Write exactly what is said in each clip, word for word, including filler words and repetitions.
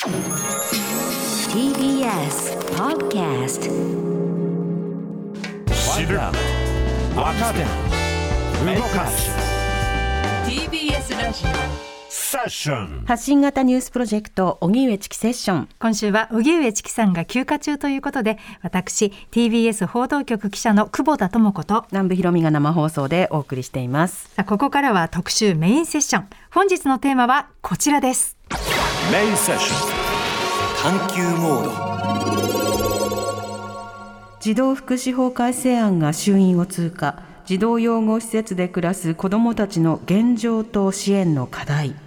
ティービーエス Podcast 知る、若手、動かすティービーエス ラジオセッション。 発信型ニュースプロジェクト荻上チキセッション。 今週は荻上チキさんが休暇中ということで、私 ティービーエス 報道局記者の久保田智子と南部ひろみが生放送でお送りしています。 さあここからは特集メインセッション。本日のテーマはこちらです。 メインセッション探求モード。 児童福祉法改正案が衆院を通過。児童養護施設で暮らす子どもたちの現状と支援の課題。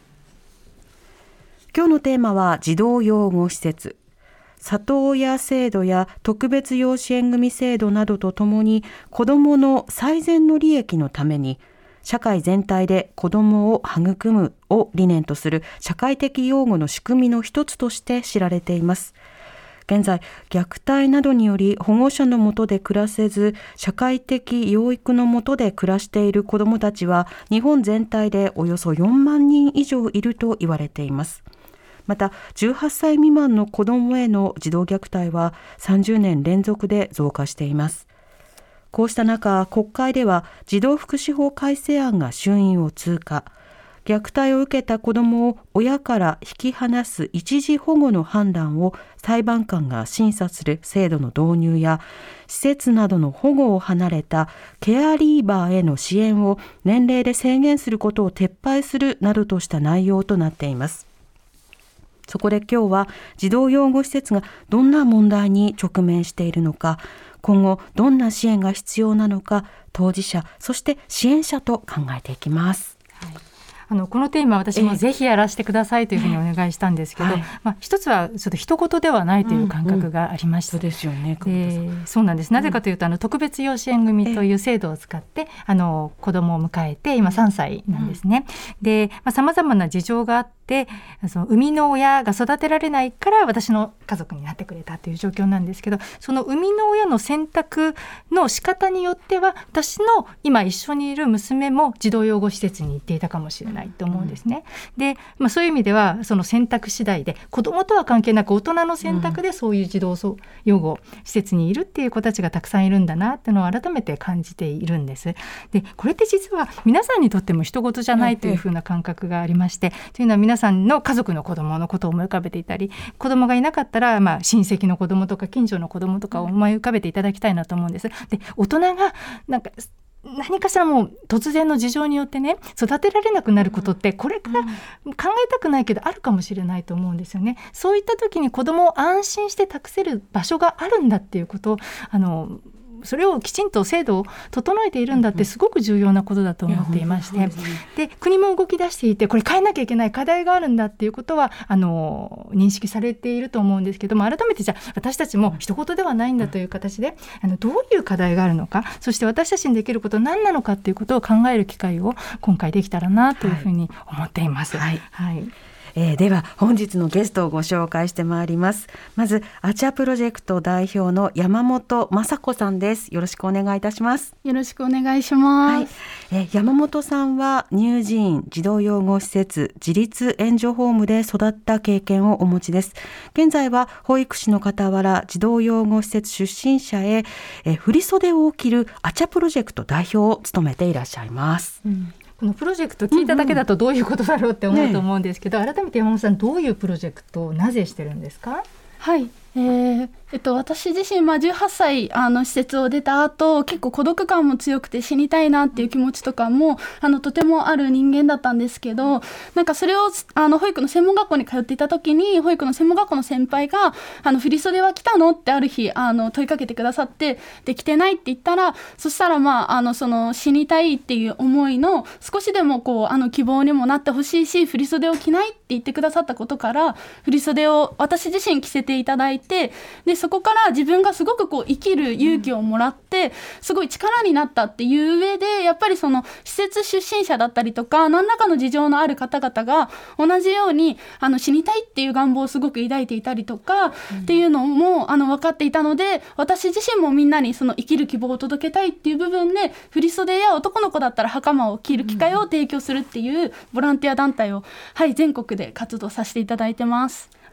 今日のテーマは児童養護施設。里親制度や特別養子縁組制度などとともに子どもの最善の利益のために社会全体で子どもを育むを理念とする社会的養護の仕組みの一つとして知られています。現在、虐待などにより保護者の下で暮らせず、社会的養育の下で暮らしている子どもたちは日本全体でおよそよんまんにん以上いると言われています。また、じゅうはっさい未満の子どもへの児童虐待はさんじゅうねん連続で増加しています。こうした中、国会では児童福祉法改正案が衆院を通過。虐待を受けた子どもを親から引き離す一時保護の判断を裁判官が審査する制度の導入や、施設などの保護を離れたケアリーバーへの支援を年齢で制限することを撤廃するなどとした内容となっています。そこで今日は児童養護施設がどんな問題に直面しているのか、今後どんな支援が必要なのか、当事者そして支援者と考えていきます。 はい、あのこのテーマ私もぜひやらせてくださいというふうにお願いしたんですけど、 はい、 まあ、一つはちょっと一言ではないという感覚がありました。 うんうん、そうですよね。 でそうなんです。なぜかというと、あの特別養子縁組という制度を使ってあの子供を迎えて今さんさいなんですね。うん、で、まあ、様々な事情があってでその生みの親が育てられないから私の家族になってくれたという状況なんですけど、その生みの親の選択の仕方によっては私の今一緒にいる娘も児童養護施設に行っていたかもしれないと思うんですね。うん、で、まあ、そういう意味ではその選択次第で子どもとは関係なく大人の選択でそういう児童養護施設にいるっていう子たちがたくさんいるんだなっていうのを改めて感じているんです。でこれって実は皆さんにとっても人事じゃないというふうな感覚がありまして、うん、というのは皆さんの家族の子供のことを思い浮かべていたり、子供がいなかったら、まあ、親戚の子供とか近所の子供とかを思い浮かべていただきたいなと思うんです。で大人がなんか何かしらもう突然の事情によってね育てられなくなることってこれから考えたくないけどあるかもしれないと思うんですよね。そういった時に子供を安心して託せる場所があるんだっていうことをあのそれをきちんと制度を整えているんだってすごく重要なことだと思っていまして、で国も動き出していてこれ変えなきゃいけない課題があるんだっていうことはあの認識されていると思うんですけども、改めてじゃあ私たちも一言ではないんだという形であのどういう課題があるのか、そして私たちにできることは何なのかっていうことを考える機会を今回できたらなというふうに思っています。 はい、 はいはい。 えー、では本日のゲストをご紹介してまいります。まずアチャプロジェクト代表の山本雅子さんです。よろしくお願いいたします。 よろしくお願いします。 はい、えー、山本さんは乳児院児童養護施設自立援助ホームで育った経験をお持ちです。現在は保育士の傍ら児童養護施設出身者へ、えー、振袖を着るアチャプロジェクト代表を務めていらっしゃいます。うん、 このプロジェクト聞いただけだとどういうことだろうって思うと思うんですけど、ね、改めて山本さんどういうプロジェクトをなぜしてるんですか？ はい、えーえっと、私自身、まあ、じゅうはっさいあの施設を出た後結構孤独感も強くて死にたいなっていう気持ちとかもあのとてもある人間だったんですけど、なんかそれをあの保育の専門学校に通っていた時に保育の専門学校の先輩があの振り袖は着たのってある日あの問いかけてくださって、で着てないって言ったら、そしたら、まあ、あのその死にたいっていう思いの少しでもこうあの希望にもなってほしいし、振り袖を着ないって言ってくださったことから振り袖を私自身着せていただいて、でそこから自分がすごくこう生きる勇気をもらってすごい力になったっていう上で、やっぱりその施設出身者だったりとか何らかの事情のある方々が同じようにあの死にたいっていう願望をすごく抱いていたりとかっていうのもあの分かっていたので、私自身もみんなにその生きる希望を届けたいっていう部分で振り袖や男の子だったら袴を着る機会を提供するっていうボランティア団体を、はい、全国で活動させていただいてます。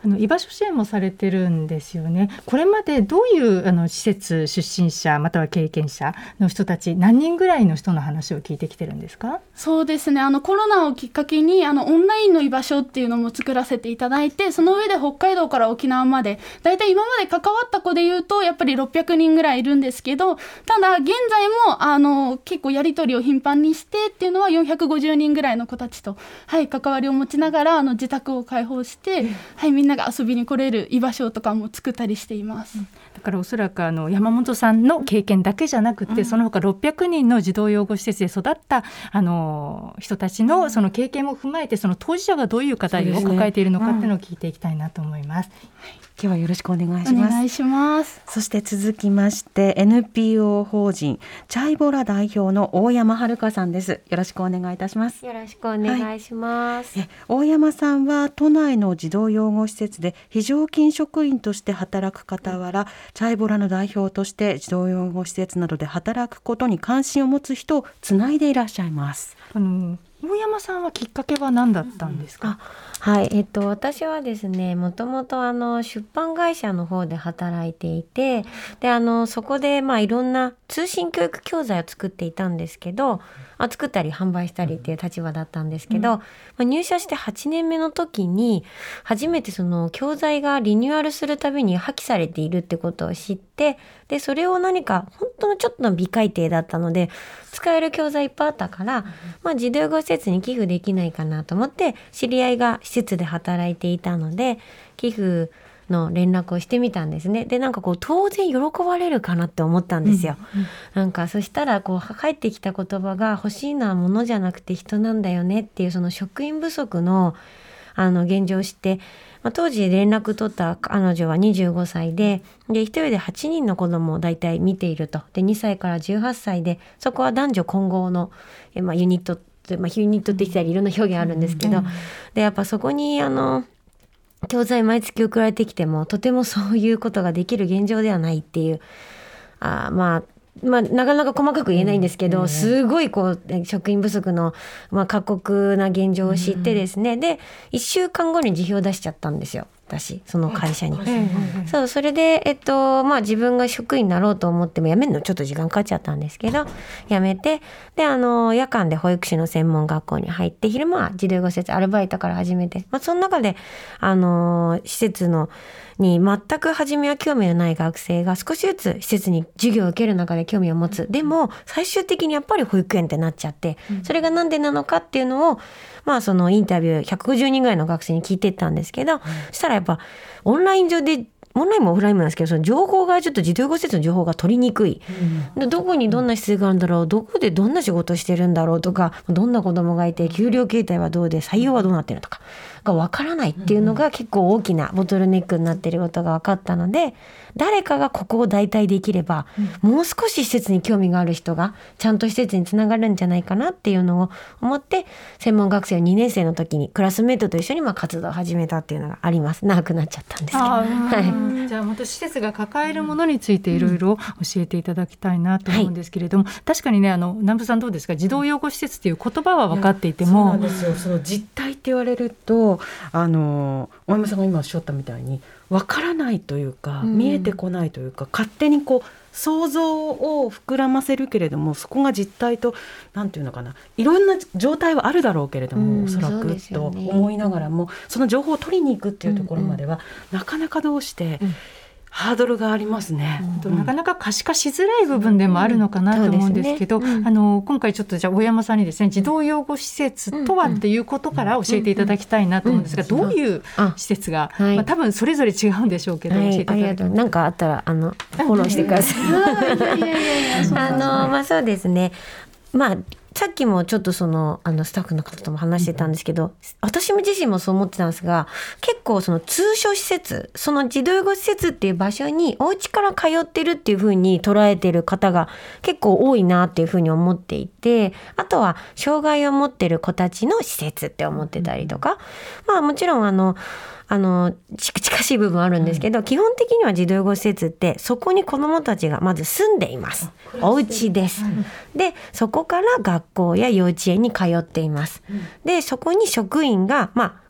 あの居場所支援もされてるんですよね。これまでどういうあの施設出身者または経験者の人たち何人ぐらいの人の話を聞いてきてるんですか？ そうですね、あのコロナをきっかけにあのオンラインの居場所っていうのも作らせていただいて、その上で北海道から沖縄までだいたい今まで関わった子でいうとやっぱりろっぴゃくにんぐらいいるんですけど、ただ現在もあの結構やり取りを頻繁にしてっていうのはよんひゃくごじゅうにんぐらいの子たちと、はい、関わりを持ちながらあの自宅を開放して、はい、みんなが遊びに来れる居場所とかも作ったりしています。 だからおそらくあの山本さんの経験だけじゃなくて、うん、その他ろっぴゃくにんの児童養護施設で育ったあの人たちのその経験も踏まえて、その当事者がどういう課題を抱えているのかっていうのを聞いていきたいなと思います。 今日はよろしくお願いします。 お願いします。 そして続きまして エヌピーオー 法人チャイボラ代表の大山遥さんです。よろしくお願いいたします。 よろしくお願いします。 はい、え大山さんは都内の児童養護施設で非常勤職員として働く傍ら、チャイボラの代表として児童養護施設などで働くことに関心を持つ人をつないでいらっしゃいます。 あの大山さんはきっかけは何だったんですか？ はい、えっと、私はですね、もともとあの出版会社の方で働いていて、であのそこでまあいろんな通信教育教材を作っていたんですけど、あ作ったり販売したりっていう立場だったんですけど、うんまあ、入社してはちねんめの時に初めてその教材がリニューアルするたびに破棄されているってことを知って、でそれを何か本当のちょっとの微改訂だったので使える教材いっぱいあったから、まあ、児童養護施設に寄付できないかなと思って、知り合いが施設で働いていたので寄付の連絡をしてみたんですね。でなんかこう当然喜ばれるかなって思ったんですよ、うんうん、なんかそしたらこう返ってきた言葉が、欲しいのは物じゃなくて人なんだよねっていう、その職員不足のあの現状を知って、まあ、当時連絡取った彼女はにじゅうごさいで、で一人ではちにんの子供をだいたい見ていると。でにさいからじゅうはっさいで、そこは男女混合のえ、まあ、ユニットまあ、ユニットってきたりいろんな表現あるんですけど、うん、でやっぱそこにあの教材毎月送られてきてもとてもそういうことができる現状ではないっていう、あまあまあ、なかなか細かく言えないんですけど、うん、すごいこう職員不足の、まあ、過酷な現状を知ってですね、うん、でいっしゅうかんごに辞表を出しちゃったんですよ、私その会社に、うん、そうそれで、えっとまあ、自分が職員になろうと思っても辞めるのちょっと時間かかっちゃったんですけど、辞めて、であの夜間で保育士の専門学校に入って、昼間は児童養護施設アルバイトから始めて、まあ、その中であの施設のに全く初めは興味のない学生が少しずつ施設に授業を受ける中で興味を持つ。でも最終的にやっぱり保育園ってなっちゃって、それがなんでなのかっていうのを、まあ、そのインタビューひゃくごじゅうにんぐらいの学生に聞いていったんですけど、そしたらやっぱオンライン上でオンラインもオフラインもなんですけど、その情報がちょっと児童養護施設の情報が取りにくい、うん、でどこにどんな施設があるんだろう、どこでどんな仕事してるんだろうとか、どんな子供がいて給料形態はどうで採用はどうなってるとかがわからないっていうのが結構大きなボトルネックになっていることが分かったので、誰かがここを代替できれば、うん、もう少し施設に興味がある人がちゃんと施設につながるんじゃないかなっていうのを思って、専門学生をにねん生の時にクラスメートと一緒にまあ活動を始めたっていうのがあります。長くなっちゃったんですけど、はい、 じゃあまた施設が抱えるものについていろいろ教えていただきたいなと思うんですけれども、はい、確かにね、あの南部さんどうですか、児童養護施設っていう言葉は分かっていても、 そうなんですよ、その実態って言われると、あの大山さんが今おっしゃったみたいに分からないというか、うん、見えてこないというか、勝手にこう想像を膨らませるけれども、そこが実態となんていうのかな、いろんな状態はあるだろうけれども、うん、おそらくと思いながらも、その情報を取りに行くっていうところまでは、うんうん、なかなかどうして、うん、ハードルがありますね、 うん、なかなか可視化しづらい部分でもあるのかなと思うんですけど、うんねうん、あの今回ちょっとじゃあ大山さんにですね、児童養護施設とはっていうことから教えていただきたいなと思うんですが、どういう施設が、はい、まあ、多分それぞれ違うんでしょうけど、はい、教えていただきたい。ありがとう。 なんかあったらあのフォローしてください。あのまあそうですね、まあさっきもちょっとそのあのスタッフの方とも話してたんですけど、私も自身もそう思ってたんですが、結構その通所施設、その児童養護施設っていう場所にお家から通ってるっていう風に捉えてる方が結構多いなっていう風に思っていて、あとは障害を持ってる子たちの施設って思ってたりとか、まあもちろんあのあの近しい部分あるんですけど、うん、基本的には児童養護施設ってそこに子どもたちがまず住んでいます。お家です、うん、でそこから学校や幼稚園に通っています、うん、でそこに職員がまあ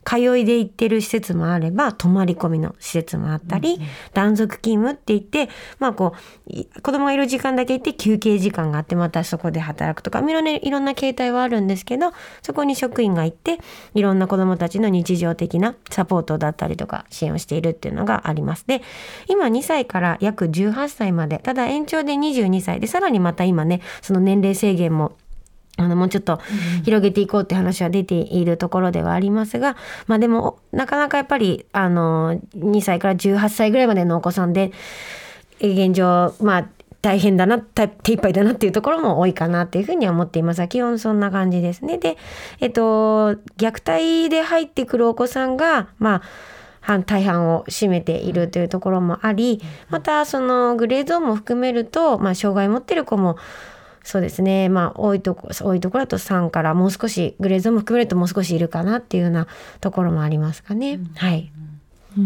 通いで行ってる施設もあれば泊まり込みの施設もあったり、うん、断続勤務って言って、まあ、こう子供がいる時間だけ行って休憩時間があってまたそこで働くとかいろんな、いろんな形態はあるんですけど、そこに職員が行っていろんな子供たちの日常的なサポートだったりとか支援をしているっていうのがあります。で今にさいから約じゅうはっさいまで、ただ延長でにじゅうにさいでさらにまた今ねその年齢制限もあのもうちょっと広げていこうって話は出ているところではありますが、まあでもなかなかやっぱりあのにさいからじゅうはっさいぐらいまでのお子さんで現状まあ大変だな手一杯だなっていうところも多いかなっていうふうには思っていますが、基本そんな感じですね。で、えっと虐待で入ってくるお子さんがまあ大半を占めているというところもあり、またそのグレーゾーンも含めると、まあ、障害を持っている子もそうですね、まあ多いとこ多いところだとさんからもう少しグレーゾーンも含めるともう少しいるかなっていうようなところもありますかね。うん、はい。 うん、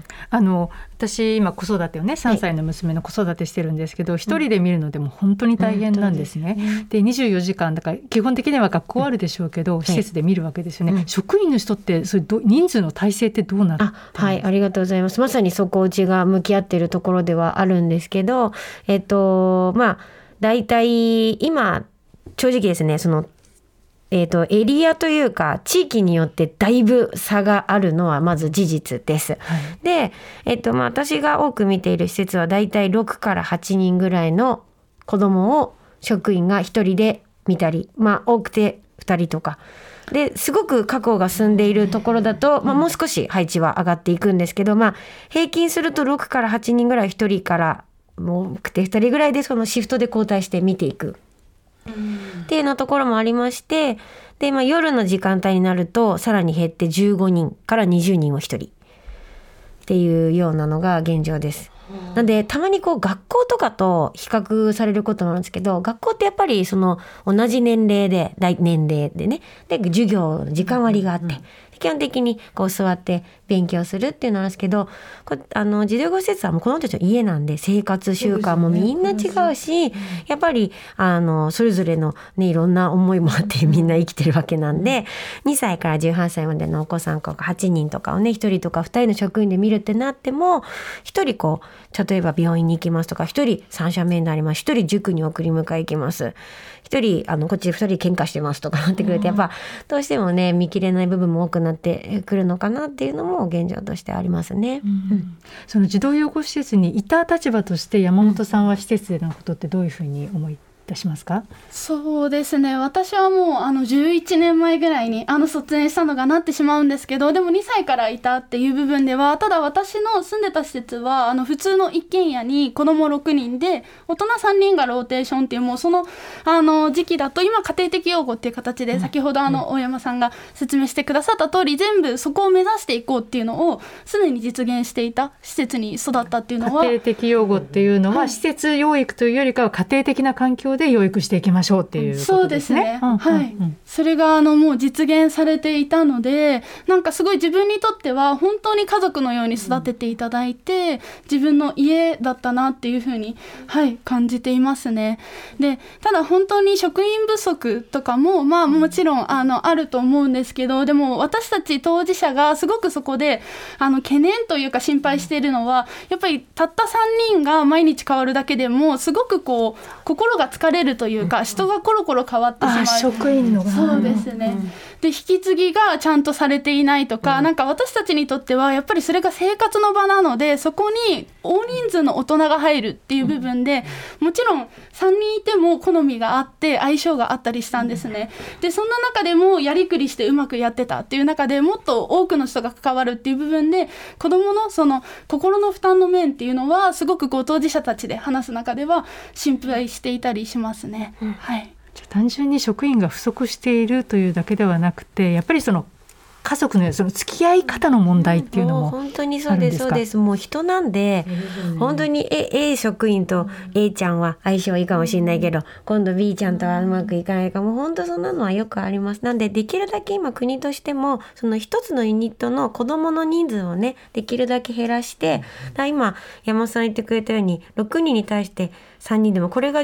あの私今子育てをねさんさいの娘の子育てしてるんですけど、一、はい、人で見るのでも本当に大変なんですね。うんうん、でにじゅうよじかんだから基本的には学校あるでしょうけど、うん、施設で見るわけですよね。はい、職員の人ってそれど人数の体制ってどうなってるんですか？ あ、はい、ありがとうございます。まさにそこうちが向き合っているところではあるんですけど、えっとまあだいたい今正直ですね、その、えーと、エリアというか地域によってだいぶ差があるのはまず事実です。はい、で、えーとまあ、私が多く見ている施設はだいたいろくからはちにんぐらいの子どもを職員がひとりで見たり、まあ、多くてふたりとかですごく確保が進んでいるところだと、まあ、もう少し配置は上がっていくんですけど、まあ、平均するとろくからはちにんぐらいひとりから多くてふたりぐらいでそのシフトで交代して見ていくっていうようなところもありまして、で、まあ、夜の時間帯になるとさらに減ってじゅうごにんからにじゅうにんをひとりっていうようなのが現状です。なんでたまにこう学校とかと比較されることもあるんですけど、学校ってやっぱりその同じ年齢で大年齢でね、で授業時間割があって、基本的にこう座って勉強するっていうのなんですけど、こあの児童養護施設はもう子どもたちの家なんで生活習慣もみんな違うし、やっぱりあのそれぞれの、ね、いろんな思いもあってみんな生きてるわけなんで、にさいからじゅうはっさいまでのお子さんとかはちにんとかをねひとりとかふたりの職員で見るってなっても、ひとりこう例えば病院に行きますとか、ひとり三者面談あります、ひとり塾に送り迎え行きます、ひとりあのこっちでふたり喧嘩してますとかなってくると、やっぱどうしてもね見切れない部分も多くなってくるのかなっていうのも現状としてありますね。うんうん、 その児童養護施設にいた立場として山本さんは施設でのことってどういうふうに思い出しますか？ そうですね、私はもうあのじゅういちねんまえぐらいにあの卒園したのがなってしまうんですけど、でもにさいからいたっていう部分では、ただ私の住んでた施設はあの普通の一軒家に子どもろくにんで大人さんにんがローテーションっていう、もうそのあの時期だと今家庭的養護っていう形で、先ほどあの大山さんが説明してくださった通り、全部そこを目指していこうっていうのをすでに実現していた施設に育ったっていうのは、 家庭的養護っていうのは、はい、施設養育というよりかは家庭的な環境で養育していきましょうっていうことですね。 そうですね、うんうんうん、はい、それがあのもう実現されていたので、なんかすごい自分にとっては本当に家族のように育てていただいて、うん、自分の家だったなっていうふうに、はい、感じていますね。で、ただ本当に職員不足とかもまあもちろんあのあると思うんですけど、でも私たち当事者がすごくそこであの懸念というか心配しているのは、やっぱりたったさんにんが毎日変わるだけでもすごくこう心が疲れるというか、人がコロコロ変わってしまう。あ、 職員のがそうですね、うん、で引き継ぎがちゃんとされていないとか、うん、なんか私たちにとってはやっぱりそれが生活の場なので、そこに大人数の大人が入るっていう部分で、もちろんさんにんいても好みがあって相性があったりしたんですね。でそんな中でもやりくりしてうまくやってたっていう中で、もっと多くの人が関わるっていう部分で、子どものその心の負担の面っていうのはすごくこう当事者たちで話す中では心配していたりしますね。うん、はい。 単純に職員が不足しているというだけではなくて、やっぱりその家族のその付き合い方の問題っていうのもあるんですか？ 本当にそうです、そうです。もう人なんで、本当に A, A 職員と A ちゃんは相性いいかもしれないけど、今度 B ちゃんとはうまくいかないかも、本当そんなのはよくあります。なんでできるだけ今国としてもその一つのユニットの子どもの人数をねできるだけ減らして、だ今山本さん言ってくれたようにろくにんに対してさんにんでも、これがじゃあ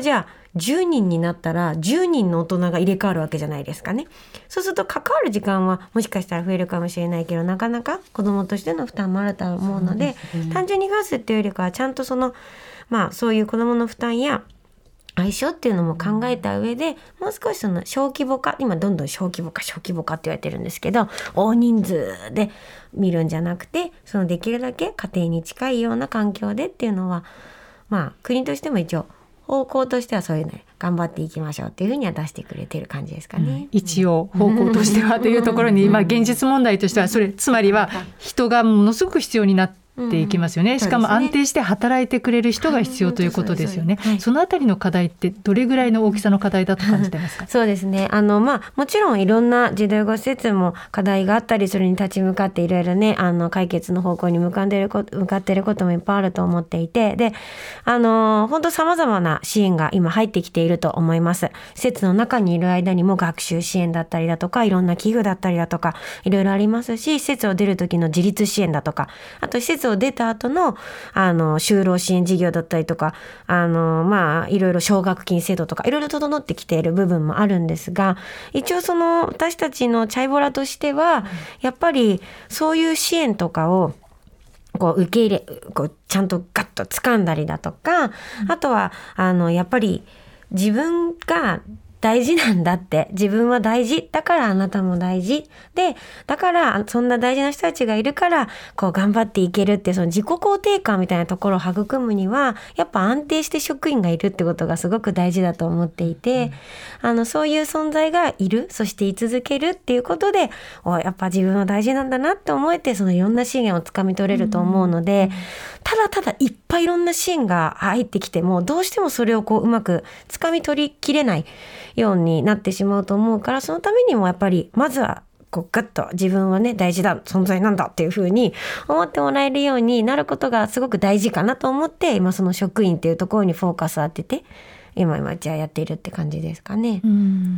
じゅうにんになったらじゅうにんの大人が入れ替わるわけじゃないですかね。そうすると関わる時間はもしかしたら増えるかもしれないけど、なかなか子どもとしての負担もあると思うので、単純に増やすっていうよりかはちゃんとそのまあそういう子どもの負担や相性っていうのも考えた上で、もう少しその小規模化、今どんどん小規模化小規模化って言われてるんですけど、大人数で見るんじゃなくて、そのできるだけ家庭に近いような環境でっていうのは、まあ国としても一応方向としてはそういうの頑張っていきましょうっていうふうには出してくれてる感じですかね、うん、 一応方向としてはというところに、まあ現実問題としてはそれ、つまりは人がものすごく必要になってっていきますよね、うん、しかも安定して働いてくれる人が必要ということですよね、はい、そのあたりの課題ってどれぐらいの大きさの課題だと感じてますか？ そうですね、あの、まあ、もちろんいろんな児童養護施設も課題があったり、それに立ち向かっていろいろね、あの解決の方向に向かっていること、向かっていることもいっぱいあると思っていて、で、あの本当様々な支援が今入ってきていると思います。施設の中にいる間にも学習支援だったりだとか、いろんな器具だったりだとかいろいろありますし、施設を出る時の自立支援だとか、あと施設を出た後のあの就労支援事業だったりとか、あのまあいろいろ奨学金制度とかいろいろ整ってきている部分もあるんですが、一応その私たちのチャイボラとしてはやっぱりそういう支援とかをこう受け入れ、こうちゃんとガッと掴んだりだとか、あとはあのやっぱり自分が大事なんだって、自分は大事だからあなたも大事で、だからそんな大事な人たちがいるからこう頑張っていけるって、その自己肯定感みたいなところを育むにはやっぱ安定して職員がいるってことがすごく大事だと思っていて、うん、あのそういう存在がいる、そして居続けるっていうことで、おやっぱ自分は大事なんだなって思えて、そのいろんな支援をつかみ取れると思うので、うん、ただただいっぱいいろんな支援が入ってきてもどうしてもそれをこううまくつかみ取りきれないようになってしまうと思うから、そのためにもやっぱりまずはこうガッと自分はね大事だ、存在なんだっていう風に思ってもらえるようになることがすごく大事かなと思って、今その職員っていうところにフォーカスを当てて今今じゃあやっているって感じですかね。 うん、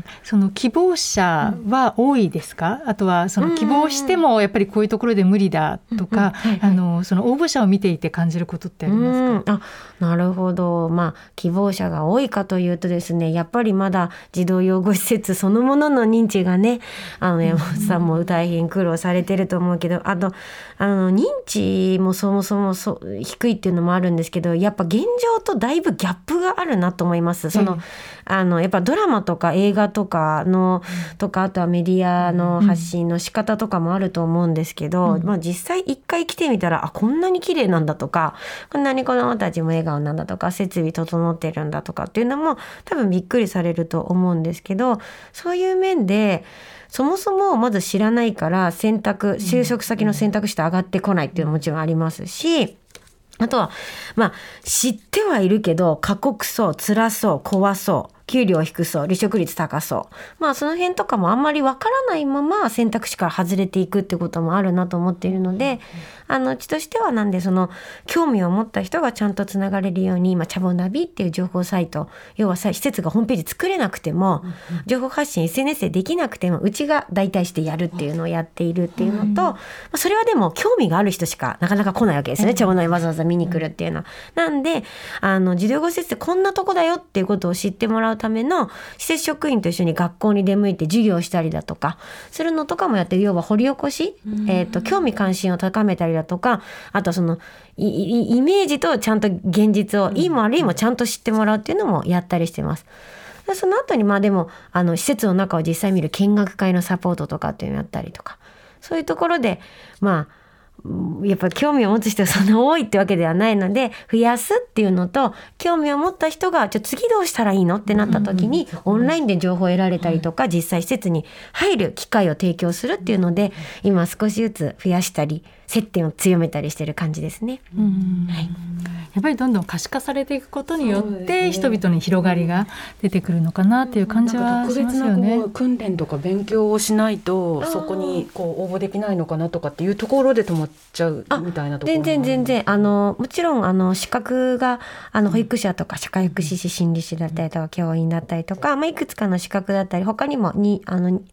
その希望者は多いですか？あとはその希望してもやっぱりこういうところで無理だとか、あのその応募者を見ていて感じることってありますか？ うん、あ、なるほど。まあ希望者が多いかというとですね、やっぱりまだ児童養護施設そのものの認知がね、あの山本さんも大変苦労されてると思うけど、あとあの認知もそもそもそ低いっていうのもあるんですけど、やっぱ現状とだいぶギャップがあるなと思います。その、うん、あのやっぱドラマとか映画とかの、うん、とかあとはメディアの発信の仕方とかもあると思うんですけど、うん、まあ、実際一回来てみたら、あ、こんなに綺麗なんだとか、こんなに子どもたちも笑顔なんだとか、設備整ってるんだとかっていうのも多分びっくりされると思うんですけど、そういう面でそもそもまず知らないから選択、就職先の選択肢と上がってこないっていうのももちろんありますし、あとは、まあ、知ってはいるけど過酷そう、辛そう、怖そう、給料低そう、離職率高そう、まあその辺とかもあんまりわからないまま選択肢から外れていくってこともあるなと思っているので、あのうちとしてはなんでその興味を持った人がちゃんとつながれるように、今チャボナビっていう情報サイト、要はさ施設がホームページ作れなくても、情報発信 エスエヌエス でできなくてもうちが代替してやるっていうのをやっているっていうのと、まあ、それはでも興味がある人しかなかなか来ないわけですね、チャボナビわざわざ見に来るっていうのは。なんであの児童養護施設こんなとこだよっていうことを知ってもらうための施設職員と一緒に学校に出向いて授業をしたりだとかするのとかもやって、要は掘り起こし、えーと、興味関心を高めたりだとか、あとはそのイメージとちゃんと現実をいいも悪いもちゃんと知ってもらうっていうのもやったりしてます。でその後にまあでもあの施設の中を実際見る見学会のサポートとかっていうのをやったりとか、そういうところでまあやっぱり興味を持つ人がそんな多いってわけではないので、増やすっていうのと、興味を持った人がじゃあ次どうしたらいいのってなった時にオンラインで情報を得られたりとか、実際施設に入る機会を提供するっていうので、今少しずつ増やしたり接点を強めたりしてる感じですね。うん、はい、 やっぱりどんどん可視化されていくことによって人々に広がりが出てくるのかなっていう感じはしますよね。 特別なこう訓練とか勉強をしないとそこにこう応募できないのかなとかっていうところで止まっちゃうみたいなところ。 全然全然あのもちろんあの資格があの保育士とか社会福祉士、心理士だったりとか教員だったりとか、まあ、いくつかの資格だったり他にもにあの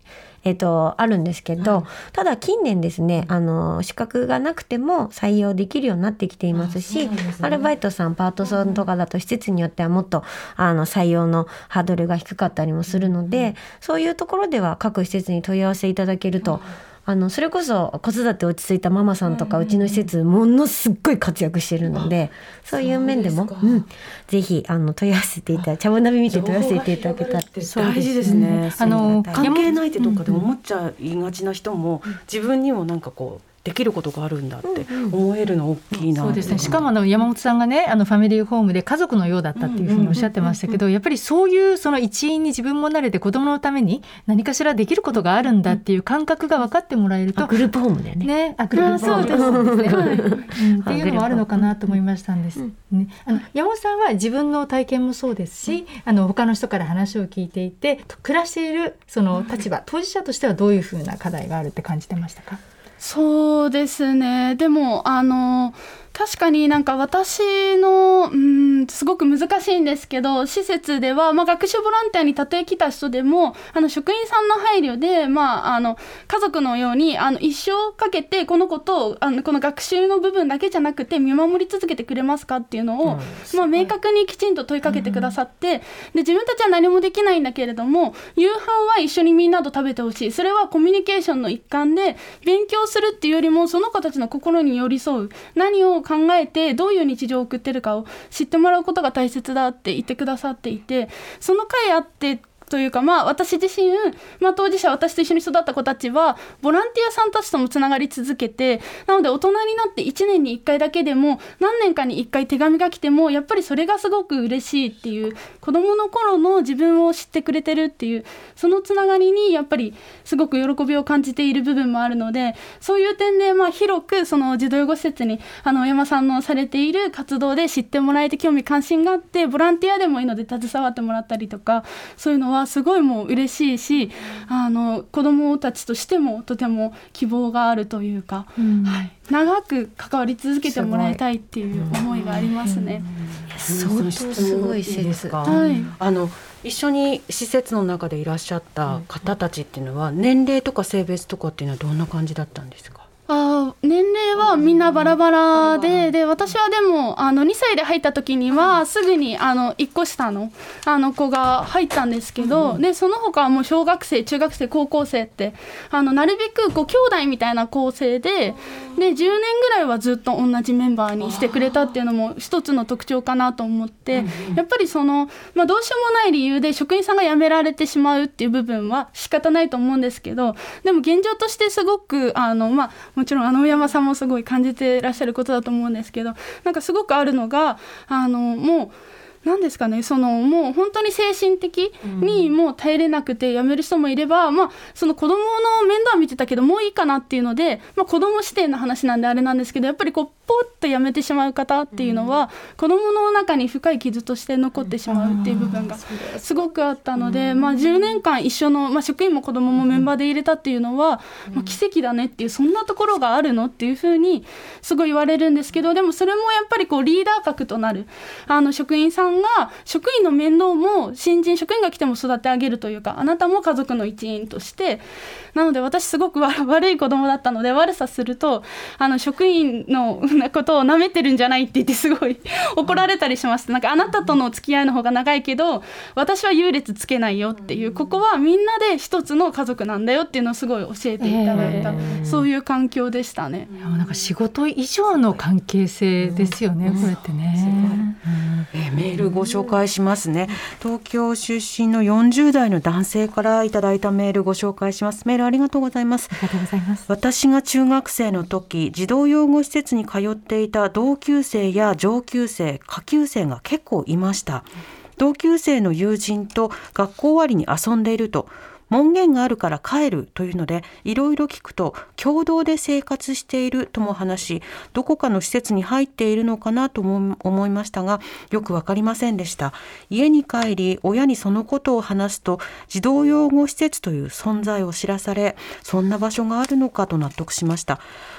えっと、あるんですけど、はい、ただ近年ですね、あの資格がなくても採用できるようになってきていますし、あ、ね、アルバイトさんパートさんとかだと施設によってはもっとあの採用のハードルが低かったりもするので、うん、そういうところでは各施設に問い合わせいただけると、うん、あのそれこそ子育て落ち着いたママさんとか、うん、うちの施設ものすっごい活躍してるので、そういう面でもで、うん、ぜひあの問い合わせていただいて、茶碗ナビ見て問い合わせていただけたら大事ですね。あの関係ないってとかで思っちゃいがちな人も、うん、自分にもなんかこうできることがあるんだって思えるの大きいな、 うんうん、そうですね。しかもあの山本さんがね、あのファミリーホームで家族のようだったっていうふうにおっしゃってましたけど、やっぱりそういうその一員に自分もなれて子供のために何かしらできることがあるんだっていう感覚が分かってもらえると、 グループホームでね、 ね、あ、グループホームそうですね、はい、うん、っていうのもあるのかなと思いましたんです、ね、あの山本さんは自分の体験もそうですし、あの他の人から話を聞いていて暮らしているその立場、当事者としてはどういうふうな課題があるって感じてましたか？ そうですね。でもあの確かになんか私のうんすごく難しいんですけど、施設では、まあ、学習ボランティアにたとえ来た人でもあの職員さんの配慮で、まあ、あの家族のようにあの一生かけてこのことをあのこの学習の部分だけじゃなくて見守り続けてくれますかっていうのを、うん、まあ、明確にきちんと問いかけてくださって、うん、で自分たちは何もできないんだけれども夕飯は一緒にみんなと食べてほしい、それはコミュニケーションの一環で勉強するっていうよりもその子たちの心に寄り添う、何を考えてどういう日常を送ってるかを知ってもらうことが大切だって言ってくださっていて、その回あってというか、まあ、私自身、まあ、当事者私と一緒に育った子たちはボランティアさんたちともつながり続けて、なので大人になっていちねんにいっかいだけでも何年かにいっかい手紙が来てもやっぱりそれがすごく嬉しいっていう、子どもの頃の自分を知ってくれてるっていうそのつながりにやっぱりすごく喜びを感じている部分もあるので、そういう点でまあ広くその児童養護施設にあの山さんのされている活動で知ってもらえて興味関心があってボランティアでもいいので携わってもらったりとか、そういうのはすごいもう嬉しいし、あの子どもたちとしてもとても希望があるというか、うん、はい、長く関わり続けてもらいたいっていう思いがありますね。 相当すごい施設が、 はい、あの一緒に施設の中でいらっしゃった方たちっていうのは年齢とか性別とかっていうのはどんな感じだったんですか？ あ、年齢はみんなバラバラで、で私はでもあのにさいで入った時にはすぐにあのいっこ下のあの子が入ったんですけど、うん、でその他はもう小学生中学生高校生ってあのなるべくこう兄弟みたいな構成で、でじゅうねんぐらいはずっと同じメンバーにしてくれたっていうのも一つの特徴かなと思って、うん、やっぱりその、まあ、どうしようもない理由で職員さんが辞められてしまうっていう部分は仕方ないと思うんですけど、でも現状としてすごくあの、まあ、もちろんあの大山さんもすごい感じてらっしゃることだと思うんですけど、なんかすごくあるのがあのもう何ですかね、そのもう本当に精神的にもう耐えれなくて辞める人もいれば、うん、まあ、その子供の面倒は見てたけどもういいかなっていうので、まあ、子供視点の話なんであれなんですけど、やっぱりこうポッと辞めてしまう方っていうのは、うん、子供の中に深い傷として残ってしまうっていう部分がすごくあったので、うん、まあ、じゅうねんかん一緒の、まあ、職員も子供もメンバーで入れたっていうのは、うん、まあ、奇跡だねっていう、そんなところがあるのっていうふうにすごい言われるんですけど、でもそれもやっぱりこうリーダー格となるあの職員さんが職員の面倒も新人職員が来ても育て上げるというか、あなたも家族の一員として、なので私すごく悪い子供だったので、悪さするとあの職員のことを舐めてるんじゃないって言ってすごい怒られたりします。なんかあなたとの付き合いの方が長いけど私は優劣つけないよっていう、ここはみんなで一つの家族なんだよっていうのをすごい教えていただいた、えー、そういう環境でしたね。 なんか仕事以上の関係性ですよね、うん、これってね、 うん、えー、メールご紹介しますね。東京出身のよんじゅうだいの男性からいただいたメールご紹介します。メールありがとうございます。 ありがとうございます。 私が中学生の時、児童養護施設に通っていた同級生や上級生、下級生が結構いました。同級生の友人と学校終わりに遊んでいると、門限があるから帰るというのでいろいろ聞くと、共同で生活しているとも話し、どこかの施設に入っているのかなとも思いましたが、よくわかりませんでした。家に帰り親にそのことを話すと、児童養護施設という存在を知らされ、そんな場所があるのかと納得しました。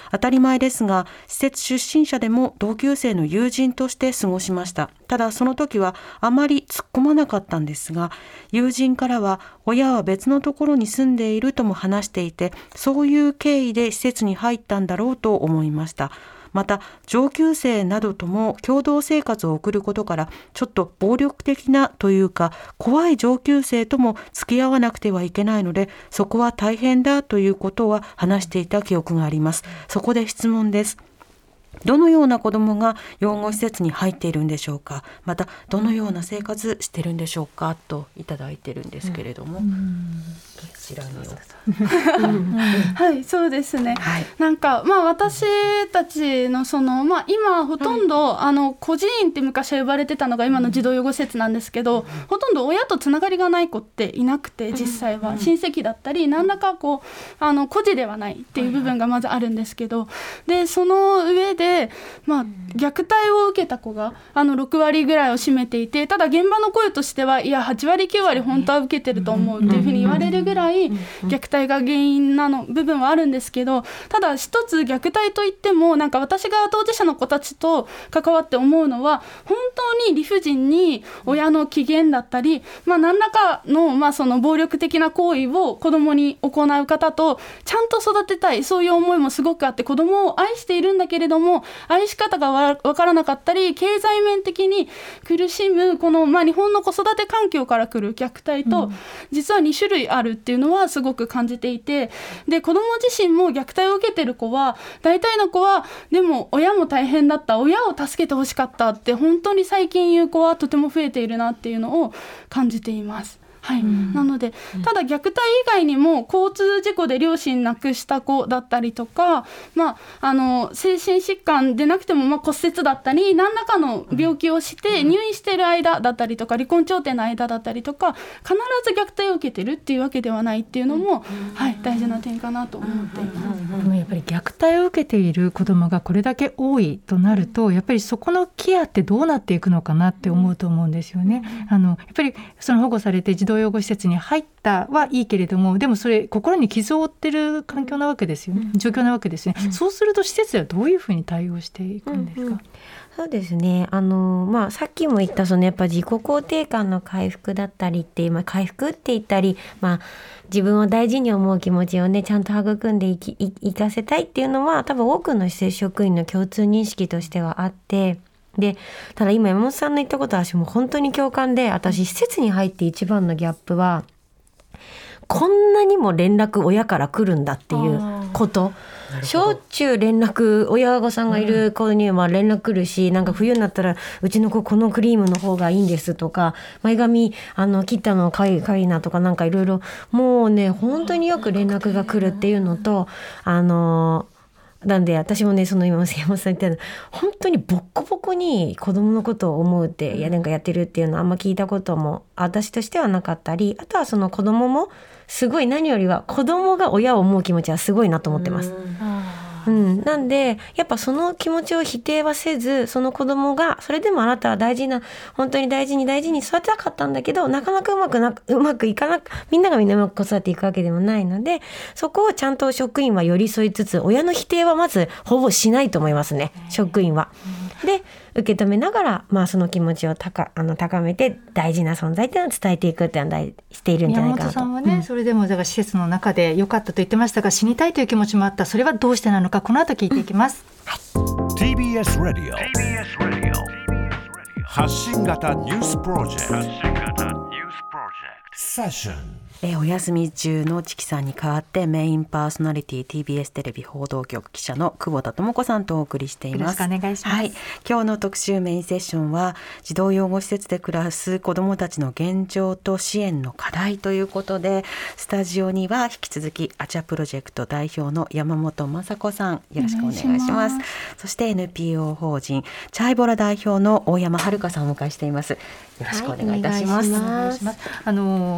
当たり前ですが、施設出身者でも同級生の友人として過ごしました。ただその時はあまり突っ込まなかったんですが、友人からは親は別のところに住んでいるとも話していて、そういう経緯で施設に入ったんだろうと思いました。また上級生などとも共同生活を送ることから、ちょっと暴力的なというか怖い上級生とも付き合わなくてはいけないので、そこは大変だということは話していた記憶があります。そこで質問です。どのような子どもが養護施設に入っているんでしょうか。またどのような生活してるんでしょうかといただいてるんですけれども、うん、どちらにはい、そうですね、はい、なんかまあ私たちのその、まあ、今ほとんど、はい、あの孤児院って昔は呼ばれてたのが今の児童養護施設なんですけど、うん、ほとんど親とつながりがない子っていなくて、実際は親戚だったり何らかこうあの孤児ではないっていう部分がまずあるんですけど、でその上で、まあ、虐待を受けた子があのろくわりぐらいを占めていて、ただ現場の声としてはいやはちわりきゅうわり本当は受けてると思うっていうふうに言われるぐらい虐待が原因なの部分はあるんですけど、ただ一つ虐待といってもなんか私が当事者の子たちと関わって思うのは、本当に理不尽に親の機嫌だったり、まあ、何らかの、まあ、その暴力的な行為を子どもに行う方とちゃんと育てたい、そういう思いもすごくあって、子どもを愛しているんだけれども愛し方がわからなかったり経済面的に苦しむこの、まあ、日本の子育て環境から来る虐待と実はに種類あるっていうのはすごく感じていて、で子ども自身も虐待を受けてる子は大体の子はでも親も大変だった、親を助けてほしかったって本当に最近言う子はとても増えているなっていうのを感じています。はい、うん、なのでただ虐待以外にも交通事故で両親亡くした子だったりとか、まあ、あの精神疾患でなくても、まあ、骨折だったり何らかの病気をして入院している間だったりとか離婚調停の間だったりとか必ず虐待を受けてるっていうわけではないっていうのも、はい、大事な点かなと思っています。 でもやっぱり虐待を受けている子どもがこれだけ多いとなると、やっぱりそこのケアってどうなっていくのかなって思うと思うんですよね。あのやっぱりその保護されて児童養護施設に入ったはいいけれども、でもそれ心に傷を負ってる環境なわけですよね、状況なわけですね、うん、そうすると施設ではどういうふうに対応していくんですか？ うんうん、そうですね、あの、まあ、さっきも言ったそのやっぱ自己肯定感の回復だったりって、まあ、回復って言ったり、まあ、自分を大事に思う気持ちをねちゃんと育んでいきいいかせたいっていうのは多分多くの施設職員の共通認識としてはあって、でただ今山本さんの言ったことは私も本当に共感で、私施設に入って一番のギャップはこんなにも連絡親から来るんだっていうこと。しょっちゅう連絡親御さんがいる子には連絡来るし、なんか冬になったらうちの子このクリームの方がいいんですとか、前髪あの切ったのかわいいかわいいなとか、なんかいろいろもうね本当によく連絡が来るっていうのと、あのなんで私もねその今山本さん言ったの本当にボッコボコに子供のことを思うって、いやなんかやってるっていうのはあんま聞いたことも私としてはなかったり、あとはその子供もすごい、何よりは子供が親を思う気持ちはすごいなと思ってます。うん、なんでやっぱその気持ちを否定はせず、その子供がそれでもあなたは大事な本当に大事に大事に育てたかったんだけどなかなかうまくなうまくいかなく、みんながみんなうまく子育てていくわけでもないので、そこをちゃんと職員は寄り添いつつ、親の否定はまずほぼしないと思いますね、職員は。で受け止めながら、まあ、その気持ちを高あの高めて大事な存在っていうのを伝えていくっていうのをしているんじゃないかなと。 山本さんはね、うん、それでもだから施設の中で良かったと言ってましたが、死にたいという気持ちもあった。それはどうしてなのか、この後聞いていきます。 はい、ティービーエス Radio 発信型ニュースプロジェクトセッション。 えお休み中のチキさんに代わってメインパーソナリティ ティービーエス テレビ報道局記者の久保田智子さんとお送りしています。 よろしくお願いします。 はい、今日の特集メインセッションは児童養護施設で暮らす子どもたちの現状と支援の課題ということで、スタジオには引き続きアチャプロジェクト代表の山本雅子さん、よろしくお願いします。しますそして エヌピーオー 法人チャイボラ代表の大山遥さんをお迎えしています。よろしくお願いいたします。 はい、お願いします。あの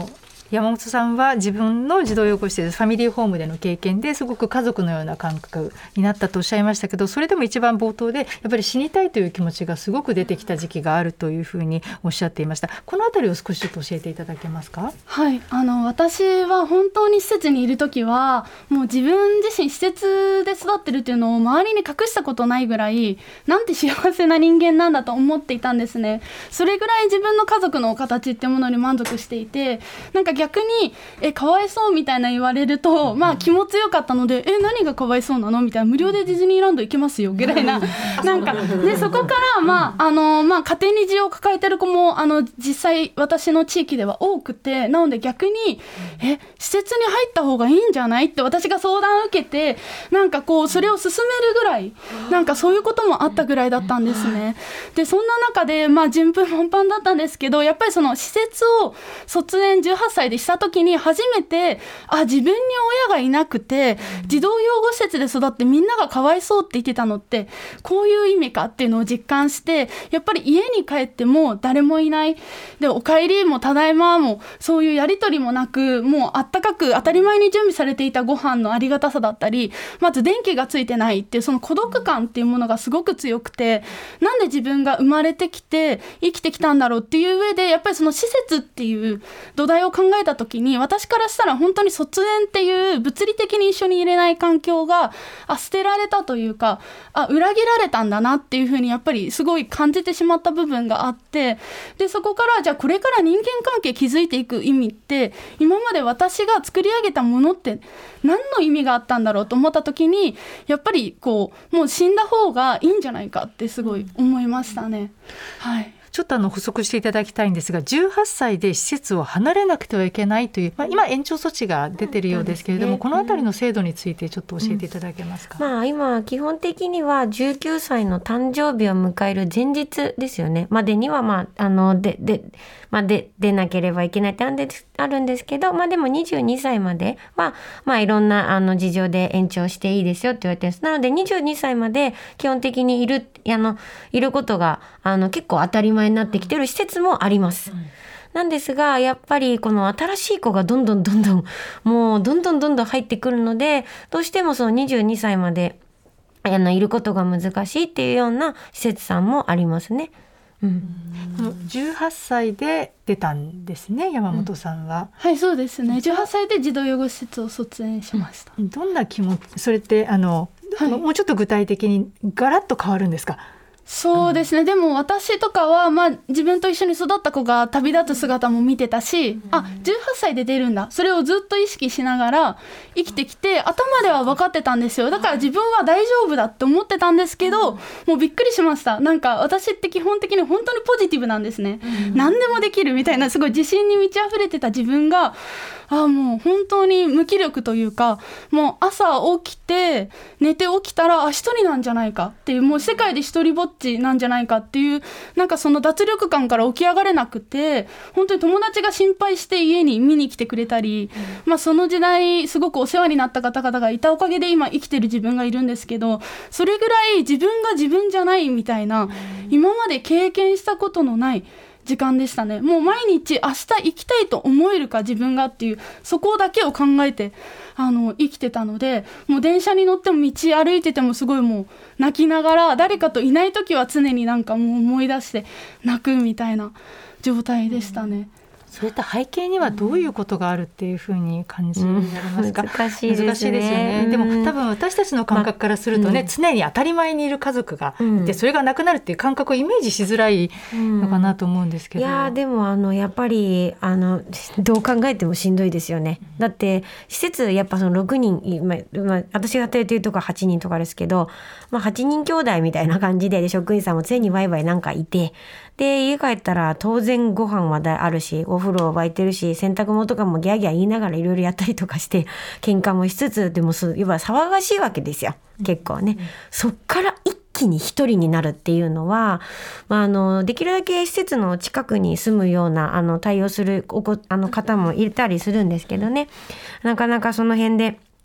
山本さんは自分の児童養護施設ファミリーホームでの経験ですごく家族のような感覚になったとおっしゃいましたけど、それでも一番冒頭でやっぱり死にたいという気持ちがすごく出てきた時期があるというふうにおっしゃっていました。このあたりを少しちょっと教えていただけますか？ はい、あの私は本当に施設にいるときはもう自分自身施設で育ってるっていうのを周りに隠したことないぐらいなんて幸せな人間なんだと思っていたんですね。それぐらい自分の家族の形っていうものに満足していて、なんか逆にえかわいそうみたいな言われると、まあ気も強かったので、え何がかわいそうなのみたいな、無料でディズニーランド行けますよぐらいななんかでそこからまああのまあ家庭に事情を抱えてる子もあの実際私の地域では多くて、なので逆にえ施設に入った方がいいんじゃないって私が相談を受けて、なんかこうそれを勧めるぐらいなんかそういうこともあったぐらいだったんですね。でそんな中でまあ順風満帆だったんですけど、やっぱりその施設を卒園じゅうはっさいでした時に初めてあ自分に親がいなくて児童養護施設で育ってみんながかわいそうって言ってたのってこういう意味かっていうのを実感して、やっぱり家に帰っても誰もいないで、お帰りもただいまもそういうやり取りもなく、もうあったかく当たり前に準備されていたご飯のありがたさだったり、まず電気がついてないっていうその孤独感っていうものがすごく強くて、なんで自分が生まれてきて生きてきたんだろうっていう上で、やっぱりその施設っていう土台を考えた時に私からしたら本当に卒園っていう物理的に一緒にいれない環境があ捨てられたというか、あ裏切られたんだなっていうふうにやっぱりすごい感じてしまった部分があって、でそこからじゃあこれから人間関係築いていく意味って今まで私が作り上げたものって何の意味があったんだろうと思った時に、やっぱりこうもう死んだ方がいいんじゃないかってすごい思いましたね。はい、 ちょっとあの補足していただきたいんですが、じゅうはっさいで施設を離れなくてはいけないという、まあ、今延長措置が出ているようですけれども、うん、このあたりの制度についてちょっと教えていただけますか？ うんまあ、今基本的にはじゅうきゅうさいの誕生日を迎える前日ですよねまでには、まああのででまあ、で出なければいけないってあるんですけど、まあ、でもにじゅうにさいまでは、まあ、いろんなあの事情で延長していいですよって言われてるんです。なのでにじゅうにさいまで基本的にいるあのいることがあの結構当たり前になってきてる施設もあります。うんなんですがやっぱりこの新しい子がどんどんどんどんもうどんどんどんどん入ってくるので、どうしてもそのにじゅうにさいまであのいることが難しいっていうような施設さんもありますね。うん、 じゅうはっさいで出たんですね山本さんは、 うん、はいそうですね。じゅうはっさいで児童養護施設を卒園しました。 どんな気持ち、それってあの、はい、もうちょっと具体的にガラッと変わるんですか？ そうですね、うん、でも私とかは、まあ、自分と一緒に育った子が旅立つ姿も見てたし、うん、あじゅうはっさいで出るんだ、それをずっと意識しながら生きてきて頭では分かってたんですよ。だから自分は大丈夫だって思ってたんですけど、うん、もうびっくりしました。なんか私って基本的に本当にポジティブなんですね、うん、何でもできるみたいなすごい自信に満ち溢れてた自分があもう本当に無気力というか、もう朝起きて寝て起きたらあ一人なんじゃないかっていう、もう世界で一人ぼっちなんじゃないかっていう、なんかその脱力感から起き上がれなくて、本当に友達が心配して家に見に来てくれたり、うんまあ、その時代すごくお世話になった方々がいたおかげで今生きてる自分がいるんですけど、それぐらい自分が自分じゃないみたいな、うん、今まで経験したことのない時間でしたね。もう毎日明日生きたいと思えるか自分がっていう、そこだけを考えてあの生きてたので、もう電車に乗っても道歩いててもすごいもう泣きながら、誰かといない時は常になんかもう思い出して泣くみたいな状態でしたね。 そういった背景にはどういうことがあるっていうふうに感じられますか？ うん、難しいですね。 難しいですよね。でも多分私たちの感覚からするとね、ま、常に当たり前にいる家族がいて、うん、それがなくなるっていう感覚をイメージしづらいのかなと思うんですけど、 うん、いやでもあのやっぱりあのどう考えてもしんどいですよね。だって施設やっぱそのろくにん、まま私が働いてるとこははちにんとかですけど、まあ、はちにん兄弟みたいな感じで、で職員さんも常にワイワイなんかいて、で家帰ったら当然ご飯はあるし、お風呂沸いてるし、洗濯物とかもギャーギャー言いながらいろいろやったりとかして喧嘩もしつつ、でも要は騒がしいわけですよ結構ね、うん、そっから一気に一人になるっていうのは、まあ、あのできるだけ施設の近くに住むようなあの対応するおこあの方もいたりするんですけどね、なかなかその辺で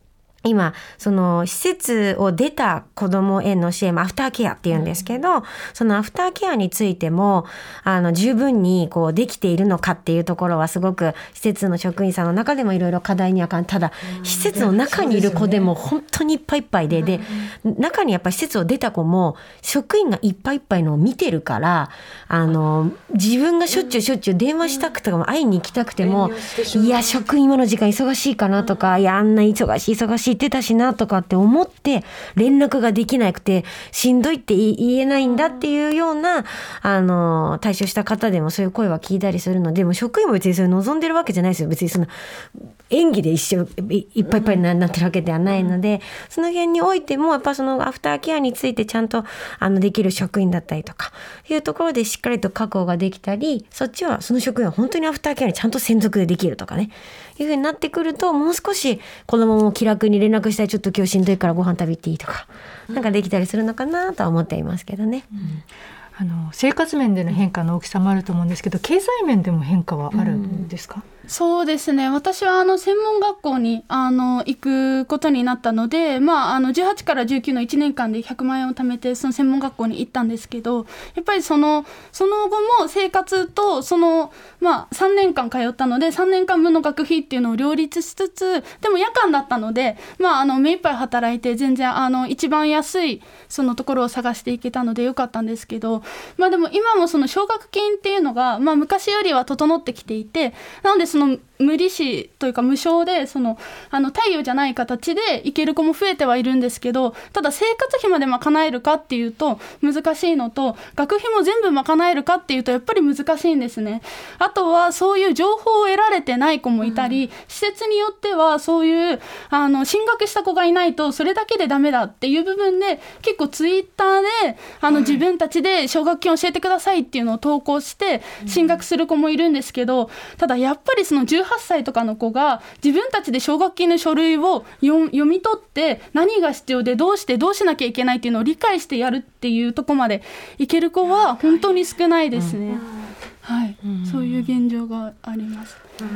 今その施設を出た子どもへの支援、アフターケアっていうんですけど、そのアフターケアについてもあの十分にこうできているのかっていうところはすごく施設の職員さんの中でもいろいろ課題にはかん。ただ施設の中にいる子でも本当にいっぱいいっぱいで、で中にやっぱり施設を出た子も職員がいっぱいいっぱいのを見てるから、あの自分がしょっちゅうしょっちゅう電話したくても会いに行きたくても、いや職員今の時間忙しいかなとか、いやあんな忙しい忙しい言ってたしなとかって思って連絡ができなくてしんどいって言えないんだっていうようなあの対処した方でもそういう声は聞いたりするので、もう職員も別にそれ望んでるわけじゃないですよ。別にその演技で一生いっぱいいっぱいになってるわけではないので、その辺においてもやっぱそのアフターケアについてちゃんとあのできる職員だったりとかいうところでしっかりと確保ができたり、そっちはその職員は本当にアフターケアにちゃんと専属でできるとかね、いうふうになってくると、もう少し子供も気楽に連絡したり、ちょっと今日しんどいからご飯食べていいとか、なんかできたりするのかなとは思っていますけどね。うん、 あの生活面での変化の大きさもあると思うんですけど、経済面でも変化はあるんですか？ うん、そうですね、私はあの専門学校にあの行くことになったので、まあ、あのじゅうはちからじゅうきゅうのいちねんかんでひゃくまんえんを貯めてその専門学校に行ったんですけど、やっぱりそのその後も生活とその、まあ、さんねんかん通ったのでさんねんかんぶんの学費っていうのを両立しつつ、でも夜間だったので、まあ、あの目いっぱい働いて全然あの一番安いそのところを探していけたのでよかったんですけど、まあ、でも今もその奨学金っていうのが、まあ、昔よりは整ってきていて、なのでその無利子というか無償でそのあの貸与じゃない形で行ける子も増えてはいるんですけど、ただ生活費まで賄えるかっていうと難しいのと、学費も全部賄えるかっていうとやっぱり難しいんですね。あとはそういう情報を得られてない子もいたり、うん、施設によってはそういうあの進学した子がいないとそれだけでダメだっていう部分で結構ツイッターであの自分たちで奨学金教えてくださいっていうのを投稿して進学する子もいるんですけど、ただやっぱりそのじゅうはっさいとかの子が自分たちで奨学金の書類を読み取って何が必要でどうしてどうしなきゃいけないっていうのを理解してやるっていうところまでいける子は本当に少ないですね。うん、はい、うん、そういう現状があります。 うん、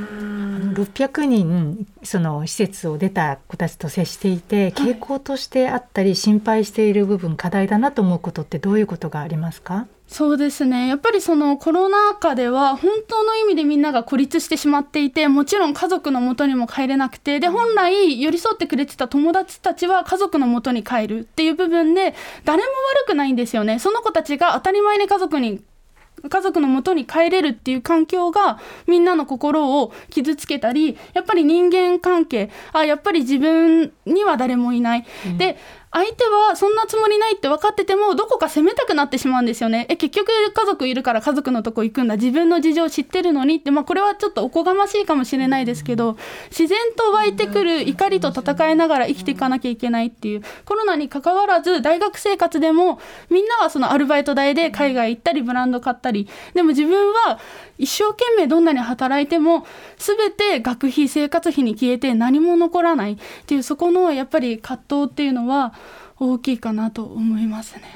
ろっぴゃくにんその施設を出た子たちと接していて、傾向としてあったり心配している部分、課題だなと思うことってどういうことがありますか？ そうですね、やっぱりそのコロナ禍では本当の意味でみんなが孤立してしまっていて、もちろん家族の元にも帰れなくて、で本来寄り添ってくれてた友達たちは家族の元に帰るっていう部分で誰も悪くないんですよね。その子たちが当たり前に家族に家族の元に帰れるっていう環境がみんなの心を傷つけたり、やっぱり人間関係、あやっぱり自分には誰もいない、うん、で相手はそんなつもりないって分かっててもどこか責めたくなってしまうんですよね。え結局家族いるから家族のとこ行くんだ、自分の事情知ってるのにって、まあ、これはちょっとおこがましいかもしれないですけど、自然と湧いてくる怒りと戦いながら生きていかなきゃいけないっていう、コロナに関わらず大学生活でもみんなはそのアルバイト代で海外行ったりブランド買ったり、でも自分は一生懸命どんなに働いても全て学費生活費に消えて何も残らないっていう、そこのやっぱり葛藤っていうのは大きいかなと思いますね。うん、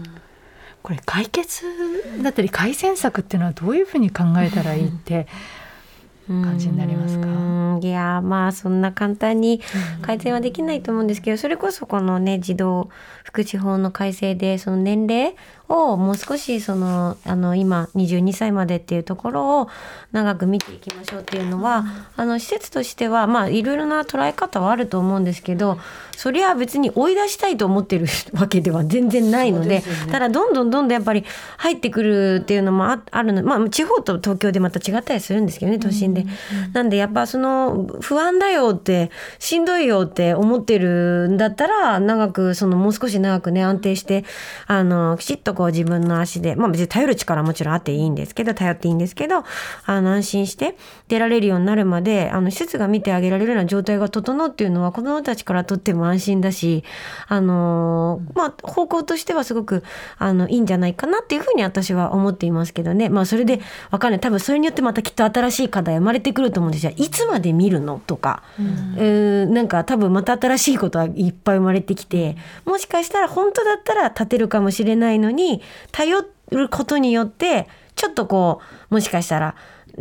これ解決だったり改善策っていうのはどういうふうに考えたらいいって感じになりますか？ うん、いやまあそんな簡単に改善はできないと思うんですけど、それこそこのね児童福祉法の改正でその年齢をもう少しそのあの今にじゅうにさいまでっていうところを長く見ていきましょうっていうのは、あの施設としてはまあいろいろな捉え方はあると思うんですけど、それは別に追い出したいと思ってるわけでは全然ないの で, で、ね、ただどんどんどんどんやっぱり入ってくるっていうのも あ, あるの、まあ地方と東京でまた違ったりするんですけどね、都心で、うんうん、なんでやっぱその不安だよってしんどいよって思ってるんだったら、長くそのもう少し長くね安定してあのきちっとこう自分の足で、まあ別に頼る力はもちろんあっていいんですけど、頼っていいんですけど、あの安心して出られるようになるまであの施設が見てあげられるような状態が整うっていうのは子どもたちからとっても安心だし、あのまあ方向としてはすごくあのいいんじゃないかなっていうふうに私は思っていますけどね。まあそれでわかんない、多分それによってまたきっと新しい課題生まれてくると思うんですよ。いつまで見るのとか、うん、えー、なんか多分また新しいことはいっぱい生まれてきて、もしかしたら本当だったら立てるかもしれないのに、頼ることによってちょっとこうもしかしたらうん、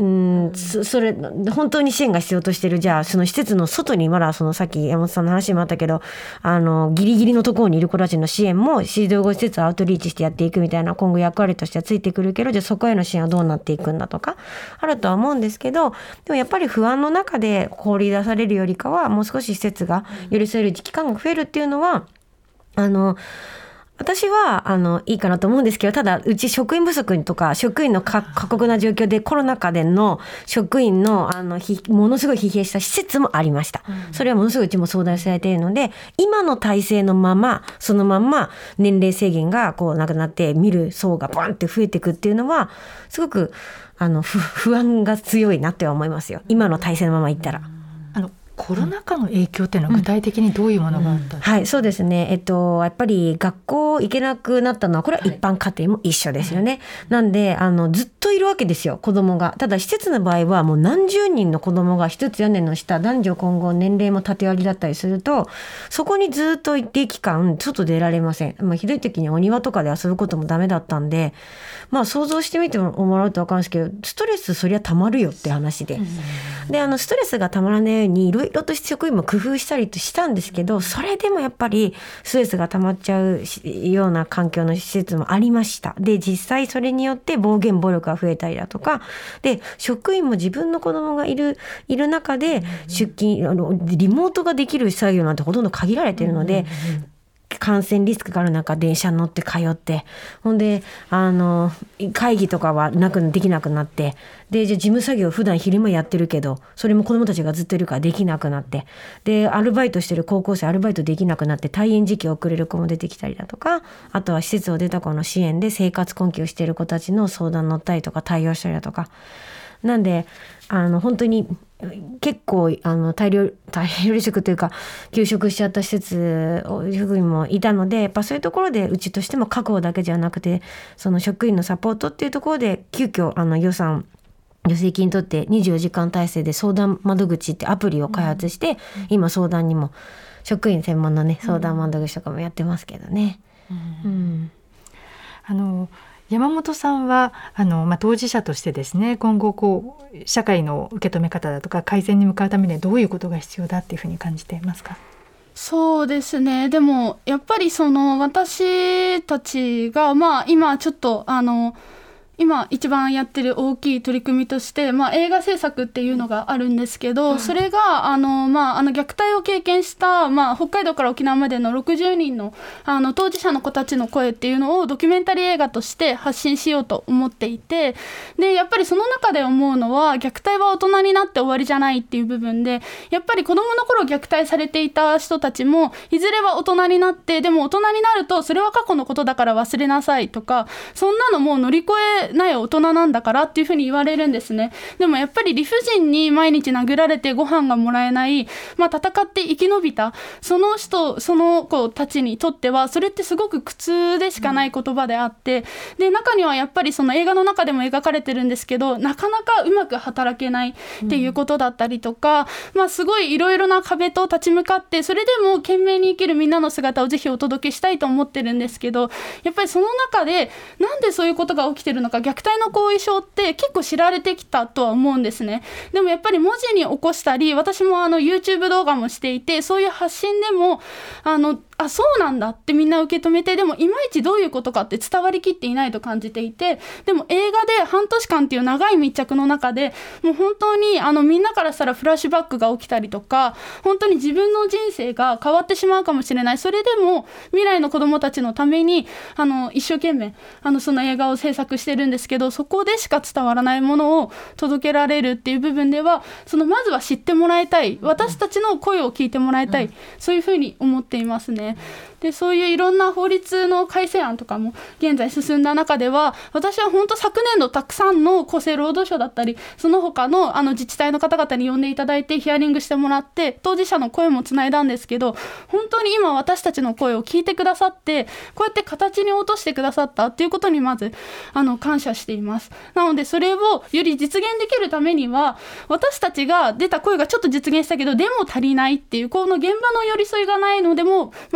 そ, それ本当に支援が必要としてる、じゃあその施設の外にまだそのさっき山本さんの話にもあったけど、あのギリギリのところにいる子たちの支援も指導養護施設をアウトリーチしてやっていくみたいな今後役割としてはついてくるけど、じゃあそこへの支援はどうなっていくんだとかあるとは思うんですけど、でもやっぱり不安の中で放り出されるよりかはもう少し施設が寄り添える期間が増えるっていうのは、あの私はあのいいかなと思うんですけど、ただうち職員不足とか職員の過酷な状況でコロナ禍での職員のあのひものすごい疲弊した施設もありました、うん、それはものすごいうちも相談されているので、今の体制のままそのまま年齢制限がこうなくなって見る層がバンって増えていくっていうのはすごくあの不安が強いなって思いますよ、今の体制のままいったら。 あのコロナ禍の影響っていうのは具体的にどういうものがあったんですか？ うんうん、はい、そうですね。えっと、やっぱり学校行けなくなったのは、これは一般家庭も一緒ですよね。はい、なんで、あの、ずっといるわけですよ、子供が。ただ、施設の場合は、もう何十人の子供が一つ屋根の下、男女混合、年齢も縦割りだったりすると、そこにずっと一定期間、外出られません。まあ、ひどい時にお庭とかで遊ぶこともダメだったんで、まあ、想像してみてもらうと分かるんですけど、ストレスそりゃたまるよって話で。で、あの、ストレスがたまらないように、いろいろと職員も工夫したりとしたんですけど、それでもやっぱりストレスが溜まっちゃうような環境の施設もありました。で、実際それによって暴言暴力が増えたりだとかで、職員も自分の子供がいるいる中で出勤、あのリモートができる作業なんてほとんど限られているので、感染リスクがある中電車に乗って通って、ほんであの会議とかはなくできなくなって、でじゃあ事務作業普段昼間やってるけどそれも子どもたちがずっといるからできなくなって、でアルバイトしてる高校生アルバイトできなくなって退園時期遅れる子も出てきたりだとか、あとは施設を出た子の支援で生活困窮している子たちの相談に乗ったりとか対応したりだとか、なんであの本当に結構あの大量大量離職というか休職しちゃった施設職員もいたので、やっぱそういうところでうちとしても確保だけじゃなくて、その職員のサポートっていうところで急遽あの予算助成金取ってにじゅうよじかん体制で相談窓口ってアプリを開発して、うん、今相談にも職員専門のね相談窓口とかもやってますけどね。うんうん、 あの山本さんはあの、まあ、当事者としてですね、今後こう社会の受け止め方だとか改善に向かうためにはどういうことが必要だっていうふうに感じていますか？ そうですね。でもやっぱりその私たちがまあ今ちょっとあの今一番やってる大きい取り組みとして、まあ、映画制作っていうのがあるんですけど、うん、それがあの、まあ、あの虐待を経験した、まあ、北海道から沖縄までのろくじゅうにんの、あの当事者の子たちの声っていうのをドキュメンタリー映画として発信しようと思っていて、でやっぱりその中で思うのは虐待は大人になって終わりじゃないっていう部分で、やっぱり子どもの頃虐待されていた人たちもいずれは大人になって、でも大人になるとそれは過去のことだから忘れなさいとか、そんなのもう乗り越えない大人なんだからっていうふうに言われるんですね。でもやっぱり理不尽に毎日殴られてご飯がもらえない、まあ、戦って生き延びたその人その子たちにとってはそれってすごく苦痛でしかない言葉であって、で中にはやっぱりその映画の中でも描かれてるんですけど、なかなかうまく働けないっていうことだったりとか、うん、まあ、すごいいろいろな壁と立ち向かって、それでも懸命に生きるみんなの姿をぜひお届けしたいと思ってるんですけど、やっぱりその中でなんでそういうことが起きてるのか、虐待の後遺症って結構知られてきたとは思うんですね。でもやっぱり文字に起こしたり、私もあの YouTube 動画もしていて、そういう発信でもあのあそうなんだってみんな受け止めて、でもいまいちどういうことかって伝わりきっていないと感じていて、でも映画で半年間っていう長い密着の中でもう本当にあのみんなからしたらフラッシュバックが起きたりとか、本当に自分の人生が変わってしまうかもしれない、それでも未来の子どもたちのためにあの一生懸命あのその映画を制作してるんですけど、そこでしか伝わらないものを届けられるっていう部分では、そのまずは知ってもらいたい、私たちの声を聞いてもらいたい、そういうふうに思っていますね。でそういういろんな法律の改正案とかも現在進んだ中では、私は本当昨年度たくさんの厚生労働省だったりその他のあの自治体の方々に呼んでいただいてヒアリングしてもらって当事者の声もつないだんですけど、本当に今私たちの声を聞いてくださって、こうやって形に落としてくださったっていうことにまずあの感謝しています。なのでそれをより実現できるためには、私たちが出た声がちょっと実現したけどでも足りないっていう、この現場の寄り添いがないのでもまたそれが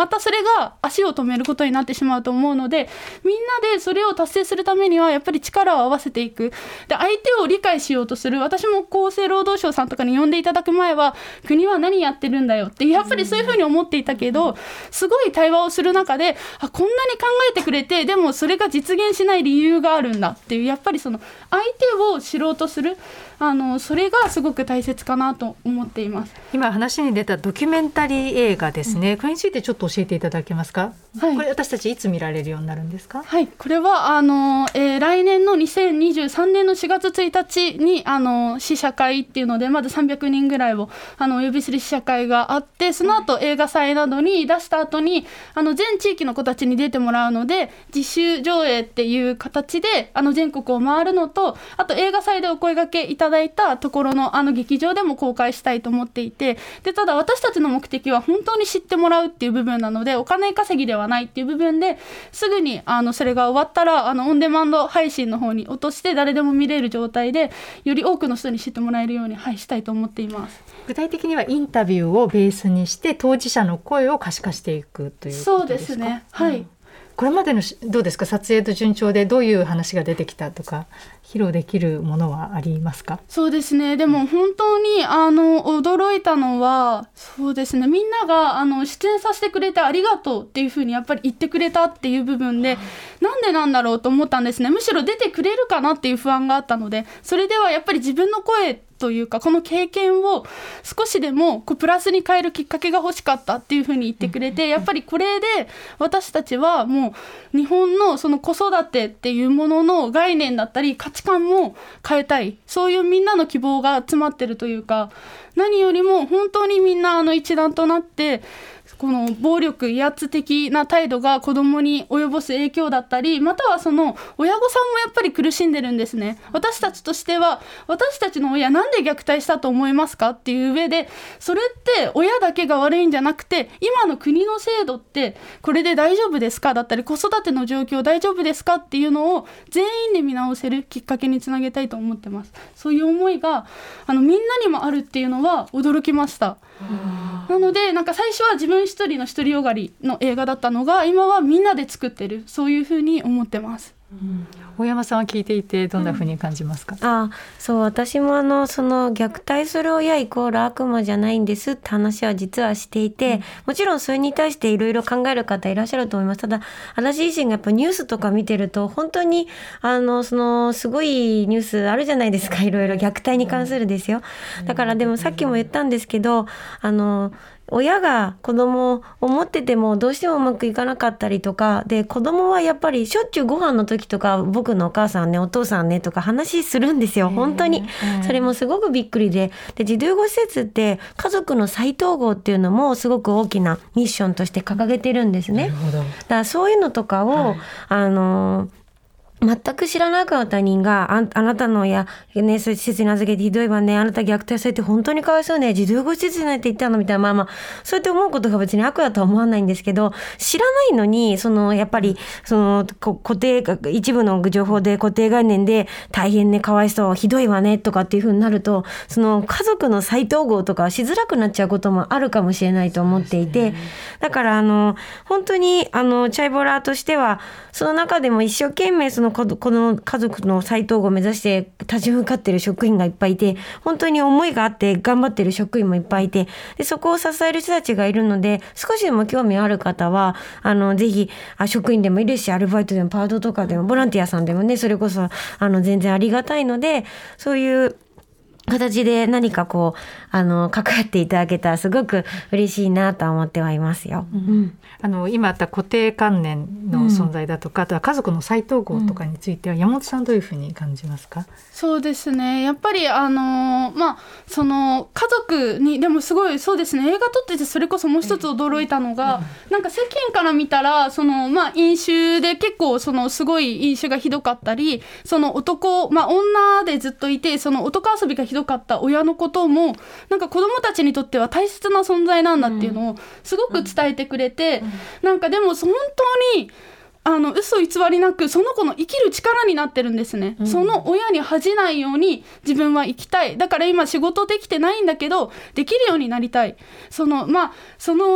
が足を止めることになってしまうと思うので、みんなでそれを達成するためにはやっぱり力を合わせていく。で、相手を理解しようとする。私も厚生労働省さんとかに呼んでいただく前は、国は何やってるんだよってやっぱりそういうふうに思っていたけど、すごい対話をする中で、あ、こんなに考えてくれて、でもそれが実現しない理由があるんだっていう、やっぱりその相手を知ろうとする、あのそれがすごく大切かなと思っています。 今話に出たドキュメンタリー映画ですね、うん、これについてちょっと教えていただけますか？はい、これ私たちいつ見られるようになるんですか？ はい、これはあの、えー、来年のにせんにじゅうさんねんのしがつついたちにあの試写会っていうので、まずさんびゃくにんぐらいをあのお呼びする試写会があって、その後映画祭などに出した後にあの全地域の子たちに出てもらうので、実習上映っていう形であの全国を回るのと、あと映画祭でお声掛けいただいたところのあの劇場でも公開したいと思っていて、でただ私たちの目的は本当に知ってもらうっていう部分なので、お金稼ぎではないっていう部分ですぐにあのそれが終わったらあのオンデマンド配信の方に落として誰でも見れる状態で、より多くの人に知ってもらえるように、はい、したいと思っています。 具体的にはインタビューをベースにして当事者の声を可視化していくということですか？ そうですね、はい、うん、 これまでのどうですか、撮影と順調でどういう話が出てきたとか披露できるものはありますか？ そうですね、でも本当にあの驚いたのは、そうですね、みんながあの出演させてくれてありがとうっていうふうにやっぱり言ってくれたっていう部分で、なんでなんだろうと思ったんですね。むしろ出てくれるかなっていう不安があったので、それではやっぱり自分の声というかこの経験を少しでもこうプラスに変えるきっかけが欲しかったっていうふうに言ってくれて、やっぱりこれで私たちはもう日本のその子育てっていうものの概念だったり価値観も変えたい、そういうみんなの希望が詰まってるというか、何よりも本当にみんなあの一丸となってこの暴力威圧的な態度が子どもに及ぼす影響だったり、またはその親御さんもやっぱり苦しんでるんですね。私たちとしては、私たちの親なんで虐待したと思いますかっていう上で、それって親だけが悪いんじゃなくて、今の国の制度ってこれで大丈夫ですかだったり、子育ての状況大丈夫ですかっていうのを全員で見直せるきっかけにつなげたいと思ってます。そういう思いがあのみんなにもあるっていうのは驚きました。なのでなんか最初は自分一人の独りよがりの映画だったのが、今はみんなで作ってる、そういうふうに思ってます。 うん、大山さんは聞いていてどんなふうに感じますか？ うん、あそう私もあのその虐待する親イコール悪魔じゃないんですって話は実はしていて、うん、もちろんそれに対していろいろ考える方いらっしゃると思います。ただ私自身がやっぱニュースとか見てると本当にあのそのすごいニュースあるじゃないですか、いろいろ虐待に関するですよ。だからでもさっきも言ったんですけど、あの親が子供を思っててもどうしてもうまくいかなかったりとかで、子供はやっぱりしょっちゅうご飯の時とか僕のお母さんねお父さんねとか話するんですよ。本当にそれもすごくびっくりで、で児童養護施設って家族の再統合っていうのもすごく大きなミッションとして掲げてるんですね。だからそういうのとかを、はい、あの全く知らなかった他人が あ, あなたの親、ね、そういう施設に預けてひどいわね、あなた虐待されて本当にかわいそうね、児童養護施設になって言ったのみたいな、まあまあそうやって思うことが別に悪だとは思わないんですけど、知らないのにそのやっぱりその固定一部の情報で固定概念で大変ねかわいそうひどいわねとかっていう風になると、その家族の再統合とかしづらくなっちゃうこともあるかもしれないと思っていて、だからあの本当にあのチャイボラーとしてはその中でも一生懸命そのこの家族の再統合を目指して立ち向かっている職員がいっぱいいて、本当に思いがあって頑張っている職員もいっぱいいて、でそこを支える人たちがいるので、少しでも興味ある方はあのぜひあ職員でもいいですし、アルバイトでもパートとかでもボランティアさんでもね、それこそあの全然ありがたいので、そういう形で何かこうあの関わっていただけたらすごく嬉しいなと思ってはいますよ。うん、 あの今あった固定観念の存在だとか、うん、あとは家族の再統合とかについては、うん、山本さんどういうふうに感じますか？ そうですね、やっぱりあのまあその家族にでもすごいそうですね、映画撮っててそれこそもう一つ驚いたのが、うん、なんか世間から見たらそのまあ飲酒で結構そのすごい飲酒がひどかったり、その男まあ女でずっといてその男遊びがひどかった親のこともなんか子どもたちにとっては大切な存在なんだっていうのをすごく伝えてくれて、なんかでも本当にあの嘘偽りなくその子の生きる力になってるんですね、うん、その親に恥じないように自分は生きたい、だから今仕事できてないんだけどできるようになりたい、そのまあその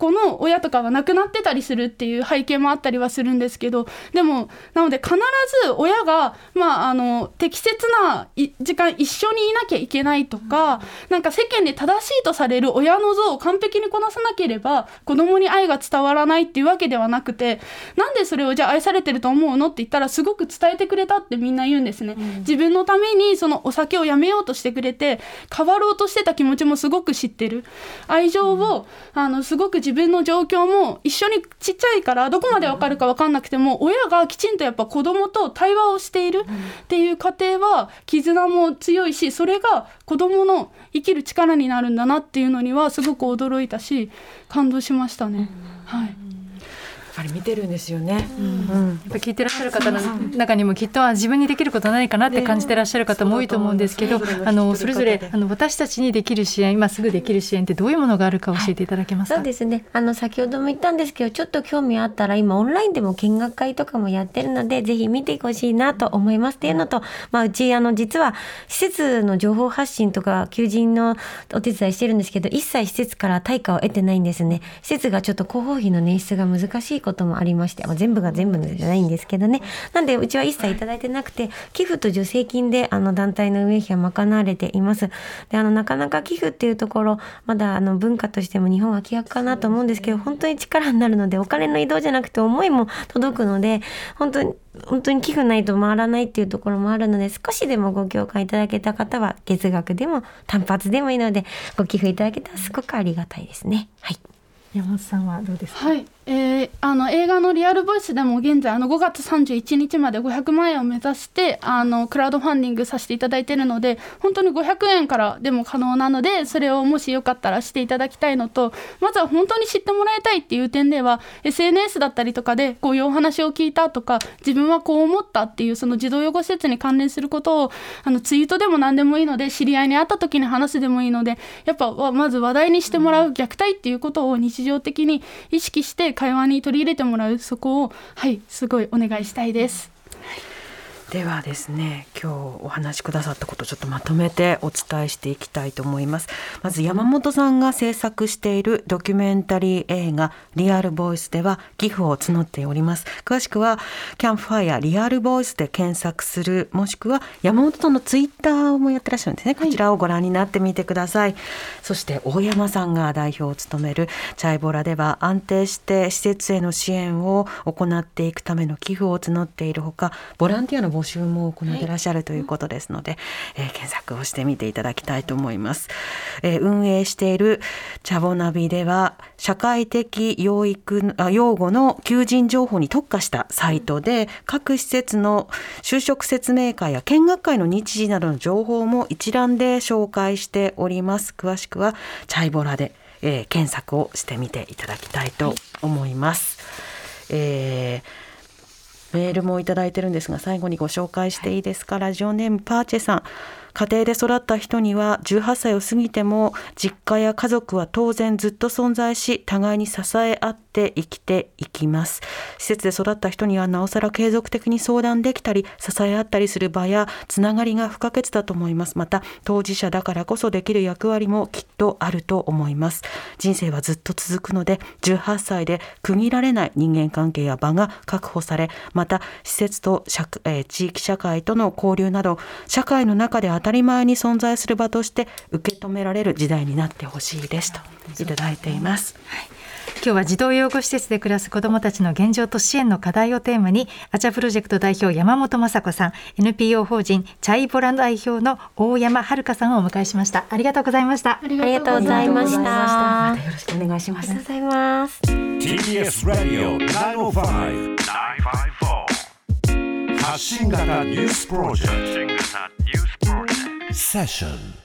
子の親とかは亡くなってたりするっていう背景もあったりはするんですけど、でもなので必ず親が、まあ、あの適切な時間一緒にいなきゃいけないとか、なんか世間で正しいとされる親の像を完璧にこなさなければ子供に愛が伝わらないっていうわけではなくて、なんでそれをじゃあ愛されてると思うのって言ったら、すごく伝えてくれたってみんな言うんですね、うん、自分のためにそのお酒をやめようとしてくれて、変わろうとしてた気持ちもすごく知ってる、愛情を、うん、あのすごく自分の状況も一緒に、ちっちゃいからどこまで分かるか分かんなくても、親がきちんとやっぱ子供と対話をしているっていう過程は絆も強いし、それが子供の生きる力になるんだなっていうのにはすごく驚いたし感動しましたね、うん、はい。 やっぱり見てるんですよね、うんうん、 やっぱ聞いてらっしゃる方の中にもきっとは自分にできることないかなって感じてらっしゃる方も多いと思うんですけど、あのそれぞれあの私たちにできる支援、今すぐできる支援ってどういうものがあるか教えていただけますか？ はい、そうですね、あの先ほども言ったんですけど、ちょっと興味あったら今オンラインでも見学会とかもやってるので、ぜひ見てほしいなと思いますっていうのと、まあ、うちあの実は施設の情報発信とか求人のお手伝いしてるんですけど、一切施設から対価を得てないんですね。施設がちょっと広報費の捻出が難しいこともありまして、まあ、全部が全部じゃないんですけどね。なんでうちは一切いただいてなくて、寄付と助成金であの団体の運営費は賄われています。で、あのなかなか寄付っていうところ、まだあの文化としても日本は希薄かなと思うんですけど、本当に力になるので、お金の移動じゃなくて思いも届くので、本当に本当に寄付ないと回らないっていうところもあるので、少しでもご共感いただけた方は月額でも単発でもいいのでご寄付いただけたらすごくありがたいですね。はい。 山本さんはどうですか？ はい、えー、あの映画のリアルボイスでも現在あのごがつさんじゅういちにちまでごひゃくまんえんを目指してあのクラウドファンディングさせていただいているので、本当にごひゃくえんからでも可能なので、それをもしよかったらしていただきたいのと、まずは本当に知ってもらいたいっていう点では エスエヌエス だったりとかでこういうお話を聞いたとか、自分はこう思ったっていうその児童養護施設に関連することをあのツイートでも何でもいいので、知り合いに会った時に話すでもいいので、やっぱまず話題にしてもらう、虐待っていうことを日常的に意識して会話に取り入れてもらう、そこをはいすごいお願いしたいです。 ではですね、今日お話しくださったことをちょっとまとめてお伝えしていきたいと思います。まず山本さんが制作しているドキュメンタリー映画リアルボイスでは寄付を募っております。詳しくはキャンプファイヤーリアルボイスで検索する、もしくは山本さんのツイッターもやってらっしゃるんですね。こちらをご覧になってみてください。はい、そして大山さんが代表を務めるチャイボラでは安定して施設への支援を行っていくための寄付を募っているほか、ボランティアの募集も行っていらっしゃるということですので、はい、えー、検索をしてみていただきたいと思います。えー、運営しているチャボナビでは社会的養育あ養護の求人情報に特化したサイトで、各施設の就職説明会や見学会の日時などの情報も一覧で紹介しております。詳しくはチャイボラで、えー、検索をしてみていただきたいと思います。はい、えーメールもいただいてるんですが、最後にご紹介していいですか。ラジオネームパーチェさん。家庭で育った人にはじゅうはっさいを過ぎても実家や家族は当然ずっと存在し、互いに支え合って生きていきます。施設で育った人にはなおさら継続的に相談できたり支え合ったりする場やつながりが不可欠だと思います。また当事者だからこそできる役割もきっとあると思います。人生はずっと続くので、じゅうはっさいで区切られない人間関係や場が確保され、また施設と社、えー、地域社会との交流など社会の中で当たり前に存在する場として受け止められる時代になってほしいですといただいています。 はい、今日は児童養護施設で暮らす子どもたちの現状と支援の課題をテーマに、アチャプロジェクト代表山本雅子さん、 エヌピーオー 法人チャイボラ代表の大山遥さんをお迎えしました。ありがとうございました。 ありがとうございました。 またよろしくお願いします。 ありがとうございます。 ティービーエス Radio きゅうまるご、きゅうまるご発信型ニュースプロジェクトセッション